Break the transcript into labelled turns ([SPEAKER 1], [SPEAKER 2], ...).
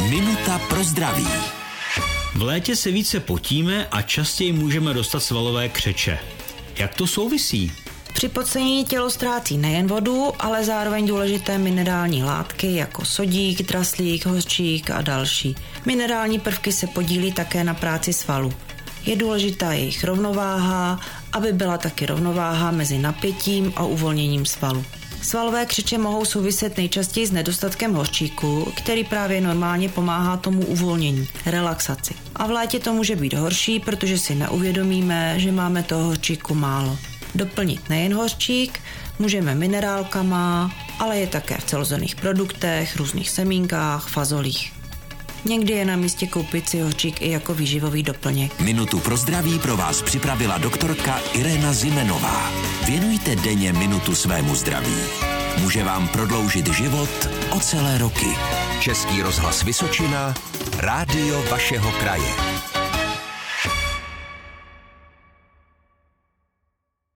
[SPEAKER 1] Minuta pro zdraví.
[SPEAKER 2] V létě se více potíme a častěji můžeme dostat svalové křeče. Jak to souvisí?
[SPEAKER 3] Při pocení tělo ztrácí nejen vodu, ale zároveň důležité minerální látky jako sodík, draslík, hořčík a další. Minerální prvky se podílí také na práci svalů. Je důležitá jejich rovnováha, aby byla taky rovnováha mezi napětím a uvolněním svalu. Svalové křeče mohou souviset nejčastěji s nedostatkem hořčíku, který právě normálně pomáhá tomu uvolnění, relaxaci. A v létě to může být horší, protože si neuvědomíme, že máme toho hořčíku málo. Doplnit nejen hořčík můžeme minerálkama, ale je také v celozrnných produktech, různých semínkách, fazolích. Někdy je na místě koupit si hořčík i jako výživový doplněk.
[SPEAKER 1] Minutu pro zdraví pro vás připravila doktorka Irena Zimenová. Věnujte denně minutu svému zdraví. Může vám prodloužit život o celé roky. Český rozhlas Vysočina, rádio vašeho kraje.